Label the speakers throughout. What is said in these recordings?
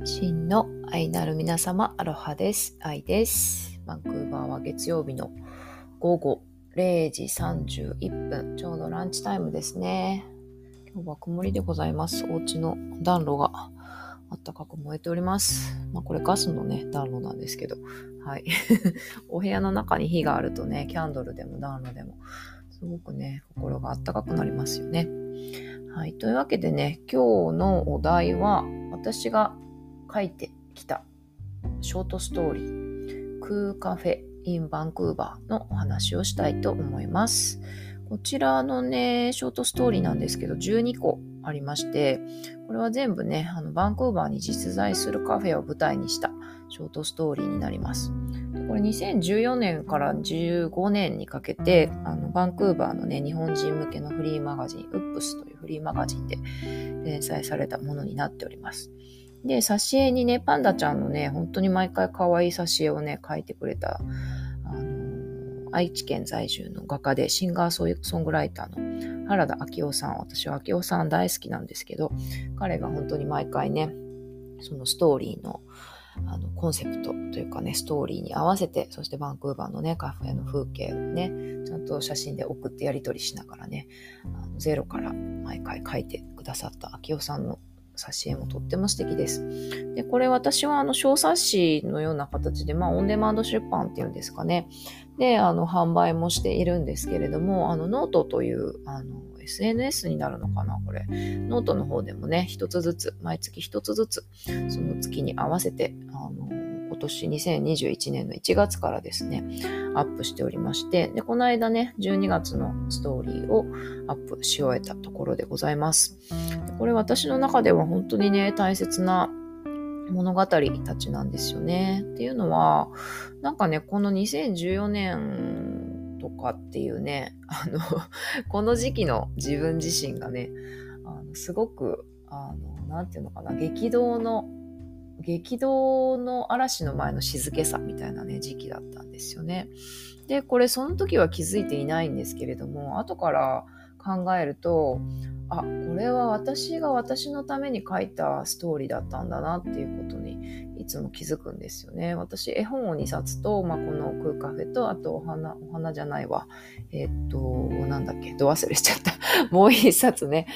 Speaker 1: 真の愛なる皆様、アロハです。愛です。バンクーバーは月曜日の午後0時31分、ちょうどランチタイムですね。今日は曇りでございます。お家の暖炉があったかく燃えております。これガスのね、暖炉なんですけど、はい。お部屋の中に火があるとね、キャンドルでも暖炉でも、すごくね、心があったかくなりますよね。はい。というわけでね、今日のお題は、私が書いてきたショートストーリー、クーカフェインバンクーバーのお話をしたいと思います。こちらのね、ショートストーリーなんですけど、12個ありまして、これは全部ね、バンクーバーに実在するカフェを舞台にしたショートストーリーになります。これ2014年から15年にかけて、バンクーバーのね、日本人向けのフリーマガジン、ウップスというフリーマガジンで連載されたものになっております。で、挿絵にね、パンダちゃんのね、本当に毎回可愛い挿絵をね、描いてくれた、愛知県在住の画家で、シンガーソングライターの原田昭夫さん、私は昭夫さん大好きなんですけど、彼が本当に毎回ね、そのストーリーのコンセプトというかね、ストーリーに合わせて、そしてバンクーバーのね、カフェの風景をね、ちゃんと写真で送ってやり取りしながらね、ゼロから毎回描いてくださった昭夫さんの挿絵もとっても素敵です。で、これ私は小冊子のような形で、オンデマンド出版っていうんですかね。で、販売もしているんですけれども、ノートという、SNS になるのかなこれ。ノートの方でもね、一つずつ、毎月一つずつ、その月に合わせて、今年2021年の1月からですね、アップしておりまして、で、この間ね、12月のストーリーをアップし終えたところでございます。でこれ私の中では本当にね、大切な物語たちなんですよね。っていうのは、なんかね、この2014年とかっていうね、この時期の自分自身がね、すごく、なんていうのかな、激動の嵐の前の静けさみたいなね、時期だったんですよね。で、これその時は気づいていないんですけれども、後から考えると、これは私が私のために書いたストーリーだったんだなっていうことにいつも気づくんですよね。私絵本を2冊と、このクーカフェと、あとお花じゃないわ。なんだっけ、ど忘れしちゃった。もう1冊ね、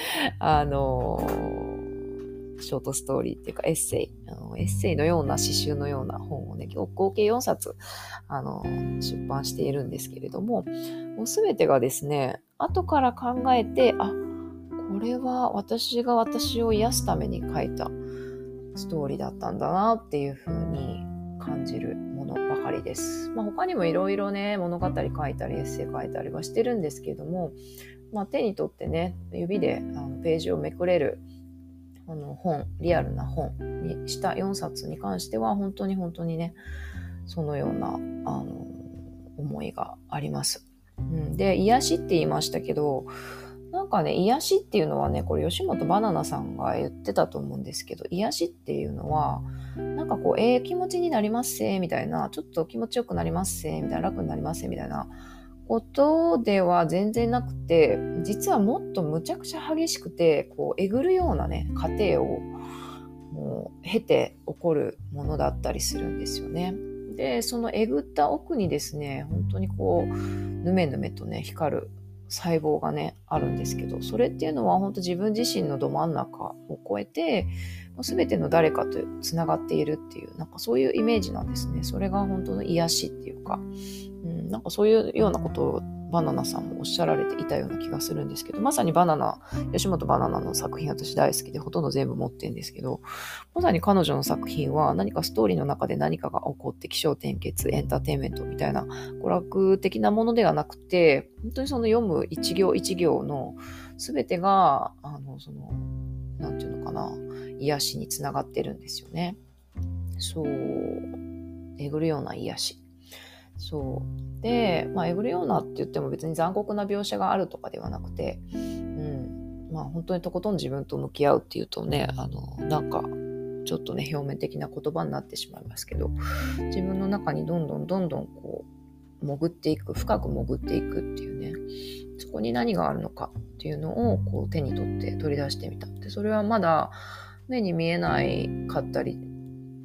Speaker 1: ショートストーリーっていうかエッセイのような詩集のような本をね、合計4冊、出版しているんですけれども、もうすべてがですね、後から考えて、これは私が私を癒すために書いたストーリーだったんだなっていうふうに感じるものばかりです。他にもいろいろね、物語書いたりエッセイ書いたりはしてるんですけれども、手に取ってね、指でページをめくれるリアルな本にした4冊に関しては本当にね、そのような思いがあります。で、癒しって言いましたけど、なんかね、癒しっていうのはね、これ吉本バナナさんが言ってたと思うんですけど、癒しっていうのは、なんかこう、気持ちになりますせ、みたいな、ちょっと気持ちよくなりますせ、みたいな、楽になりますせ、みたいなことでは全然なくて、実はもっとむちゃくちゃ激しくて、こう、えぐるようなね、過程をもう経て起こるものだったりするんですよね。で、そのえぐった奥にですね、本当にこう、ぬめぬめとね、光る細胞がね、あるんですけど、それっていうのは本当自分自身のど真ん中を超えて、全ての誰かとつながっているっていう、なんかそういうイメージなんですね。それが本当の癒しっていうか、なんかそういうようなことをバナナさんもおっしゃられていたような気がするんですけど、まさに吉本バナナの作品私大好きでほとんど全部持ってるんですけど、まさに彼女の作品は何かストーリーの中で何かが起こって起承転結、エンターテインメントみたいな娯楽的なものではなくて、本当にその読む一行一行の全てが、なんていうのかな、癒しにつながってるんですよね。そう、えぐるような癒し。そうで、えぐるようなって言っても別に残酷な描写があるとかではなくて、本当にとことん自分と向き合うっていうとね、なんかちょっとね表面的な言葉になってしまいますけど、自分の中にどんどんこう潜っていく、深く潜っていくっていうね、そこに何があるのかっていうのをこう手に取って取り出してみた。で、それはまだ目に見えないかったり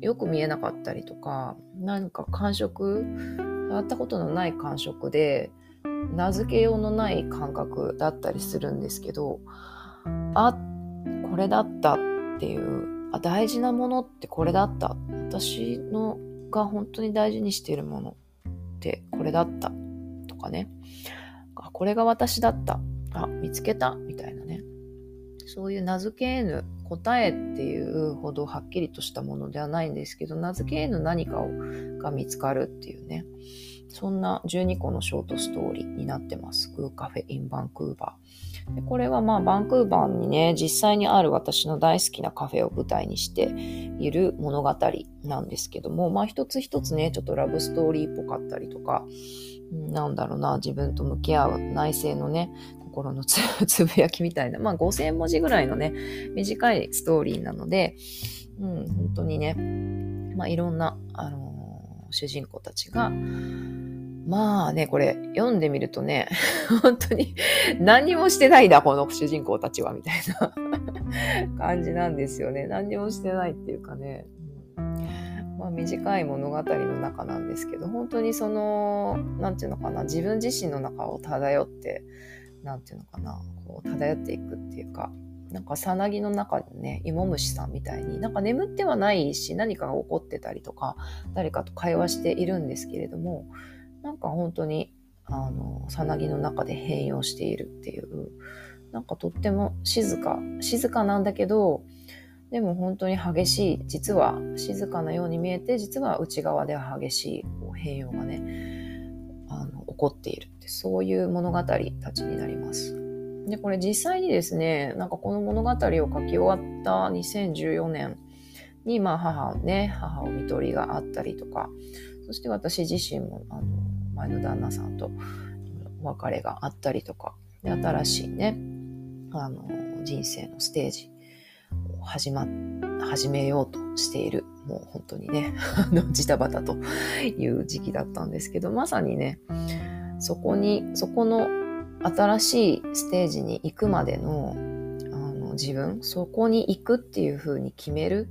Speaker 1: よく見えなかったりとか、なんか感触、やったことのない感触で、名付けようのない感覚だったりするんですけど、これだったっていう、大事なものってこれだった。私のが本当に大事にしているものってこれだったとかね。これが私だった。見つけたみたいなね。そういう名付け得ぬ答えっていうほどはっきりとしたものではないんですけど、名付け得ぬ何かが見つかるっていうね。そんな12個のショートストーリーになってます。グーカフェインバンクーバー。でこれはバンクーバーにね、実際にある私の大好きなカフェを舞台にしている物語なんですけども、一つ一つね、ちょっとラブストーリーっぽかったりとか、自分と向き合う内省のね、心のつぶやきみたいな、5000文字ぐらいのね、短いストーリーなので、本当にね、いろんな、主人公たちが、これ読んでみるとね、本当に何もしてないんだ、この主人公たちは、みたいな感じなんですよね。何もしてないっていうかね、短い物語の中なんですけど、本当にその、自分自身の中を漂って、こう漂っていくっていうか、さなぎの中にね、芋虫さんみたいに眠ってはないし、何かが起こってたりとか、誰かと会話しているんですけれども、本当にさなぎの中で変容しているっていう、とっても静かなんだけど、でも本当に激しい、実は静かなように見えて、実は内側では激しい変容がね、起こっているって、そういう物語たちになります。で、これ実際にですね、この物語を書き終わった2014年に、母を看取りがあったりとか、そして私自身も前の旦那さんとお別れがあったりとか、で新しいね、人生のステージを始めようとしている、もう本当にね、ジタバタという時期だったんですけど、まさにね、そこの新しいステージに行くまでの、自分、そこに行くっていう風に決める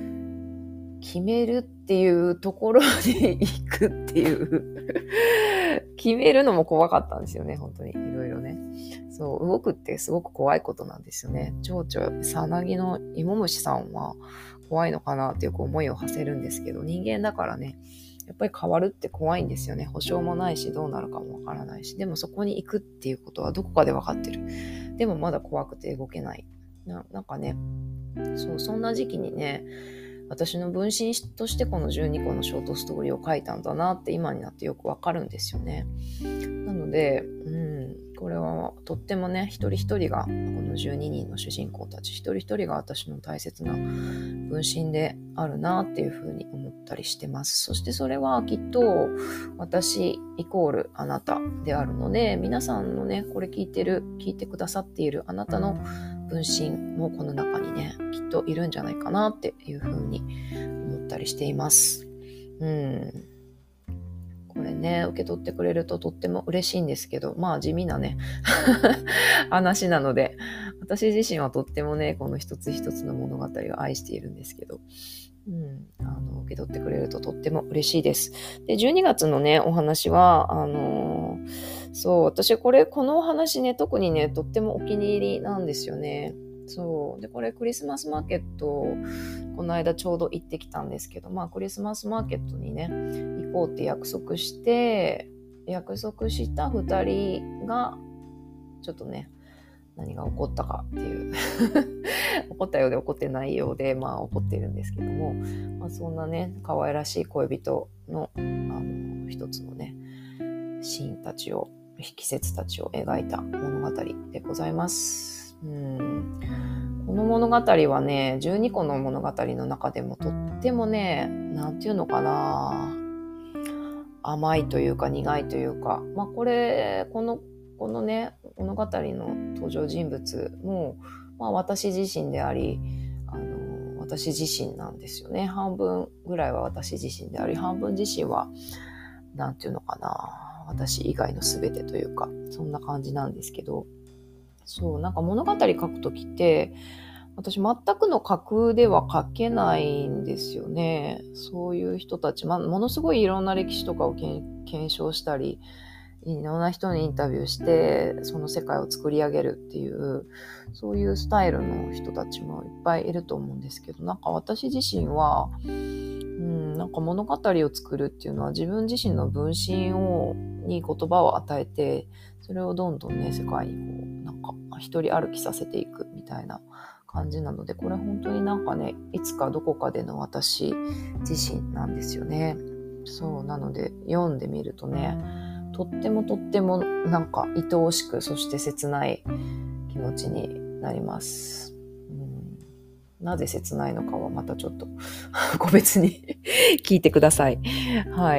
Speaker 1: っていうところに行くっていう決めるのも怖かったんですよね、本当にいろいろね。そう、動くってすごく怖いことなんですよね。蝶々、さなぎの芋虫さんは怖いのかなってよく思いを馳せるんですけど、人間だからね、やっぱり変わるって怖いんですよね。保証もないし、どうなるかもわからないし、でもそこに行くっていうことはどこかで分かってる。でもまだ怖くて動けない。そんな時期にね、私の分身としてこの12個のショートストーリーを書いたんだなって今になってよくわかるんですよね。なので、これはとってもね、一人一人が、この12人の主人公たち一人一人が私の大切な分身であるなっていうふうに思ったりしてます。そしてそれはきっと私イコールあなたであるので、皆さんのね、これ聞いてくださっているあなたの分身もこの中にね、きっといるんじゃないかなっていうふうに思ったりしています。これね、受け取ってくれるととっても嬉しいんですけど、地味なね話なので、私自身はとってもね、この一つ一つの物語を愛しているんですけど、受け取ってくれるととっても嬉しいです。で、12月のね、お話は、私このお話ね、特にね、とってもお気に入りなんですよね。で、これクリスマスマーケット、この間ちょうど行ってきたんですけど、クリスマスマーケットにね、行こうって約束した2人が、ちょっとね、何が起こったかっていう起こったようで起こってないようで、起こっているんですけども、そんなね、可愛らしい恋人の、一つのね、シーンたちを、季節たちを描いた物語でございます。この物語はね、12個の物語の中でもとってもね、なんていうのかな、甘いというか苦いというか、このね、物語の登場人物も、私自身であり、私自身なんですよね。半分ぐらいは私自身であり、半分自身は、なんていうのかな、私以外の全てというか、そんな感じなんですけど、物語書くときって、 私全くの架空では書けないんですよね。そういう人たち、ものすごいいろんな歴史とかを検証したり、いろんな人にインタビューしてその世界を作り上げるっていう、そういうスタイルの人たちもいっぱいいると思うんですけど、なんか私自身は、なんか物語を作るっていうのは自分自身の分身に言葉を与えて、それをどんどんね世界にこうなんか一人歩きさせていくみたいな感じなので、これ本当になんかね、いつかどこかでの私自身なんですよね。そうなので読んでみるとね、とってもなんか愛おしく、そして切ない気持ちになります。なぜ切ないのかはまたちょっと個別に聞いてください。はい。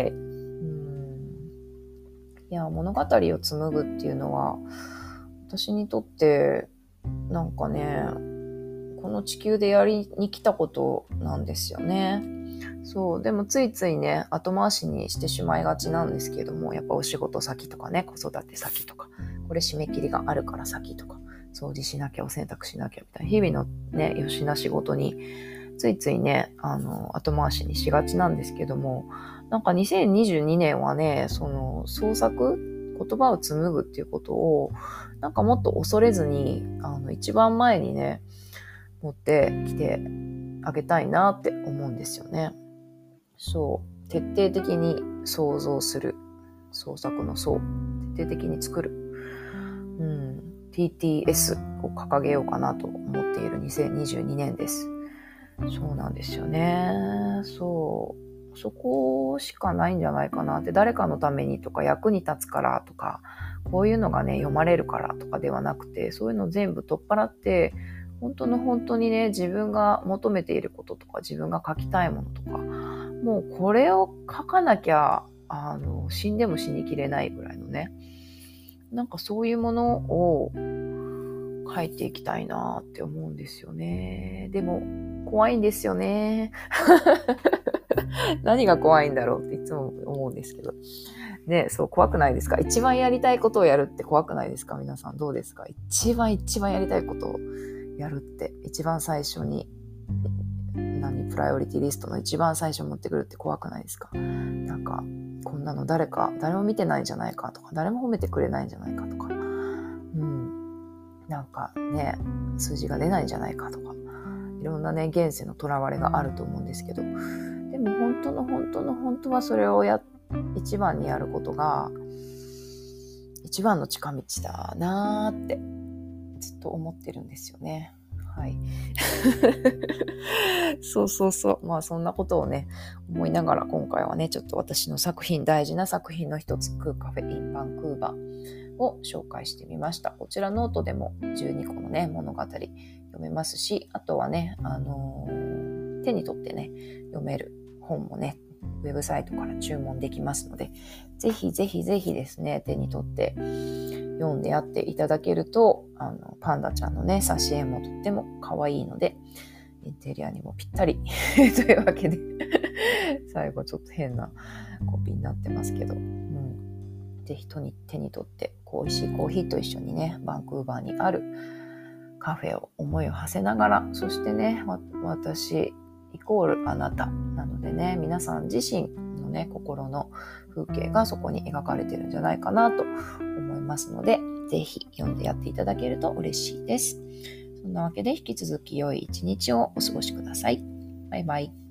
Speaker 1: いや、物語を紡ぐっていうのは私にとってなんかね、この地球でやりに来たことなんですよね。そう。でもついついね、後回しにしてしまいがちなんですけども、やっぱお仕事先とかね、子育て先とか、これ締め切りがあるから先とか、掃除しなきゃ、お洗濯しなきゃみたいな、日々のね、よしな仕事に、ついついね、後回しにしがちなんですけども、なんか2022年はね、その創作、言葉を紡ぐっていうことを、なんかもっと恐れずに、一番前にね、持ってきてあげたいなって思うんですよね。そう。徹底的に想像する。創作の創。徹底的に作る。TTS を掲げようかなと思っている2022年です。そうなんですよね。そう。そこしかないんじゃないかなって、誰かのためにとか役に立つからとか、こういうのがね、読まれるからとかではなくて、そういうの全部取っ払って、本当にね、自分が求めていることとか、自分が書きたいものとか、もうこれを書かなきゃ、死んでも死にきれないぐらいのね、なんかそういうものを書いていきたいなって思うんですよね。でも、怖いんですよね。何が怖いんだろうっていつも思うんですけど。ね、そう怖くないですか？一番やりたいことをやるって怖くないですか？皆さんどうですか？一番やりたいことをやるって、一番最初に、プライオリティリストの一番最初に持ってくるって怖くないですか？なんか、こんなの誰も見てないんじゃないかとか、誰も褒めてくれないんじゃないかとか、なんかね、数字が出ないんじゃないかとか、いろんなね、現世のとらわれがあると思うんですけど、でも本当はそれを一番にやることが一番の近道だなーってずっと思ってるんですよね。はい。そう。まあそんなことをね、思いながら今回はね、ちょっと私の大事な作品の一つ、クーカフェインバンクーバーを紹介してみました。こちらノートでも12個のね、物語読めますし、あとはね、手に取ってね、読める本もね、ウェブサイトから注文できますので、ぜひですね、手に取って読んでやっていただけると、パンダちゃんのね、挿絵もとっても可愛いので、インテリアにもぴったりというわけで最後ちょっと変なコピーになってますけど、ぜひ手に取って美味しいコーヒーと一緒にね、バンクーバーにあるカフェを思いを馳せながら、そしてね、私イコールあなたなのでね、皆さん自身のね、心の風景がそこに描かれてるんじゃないかなと思いますので、ぜひ読んでやっていただけると嬉しいです。そんなわけで引き続き良い一日をお過ごしください。バイバイ。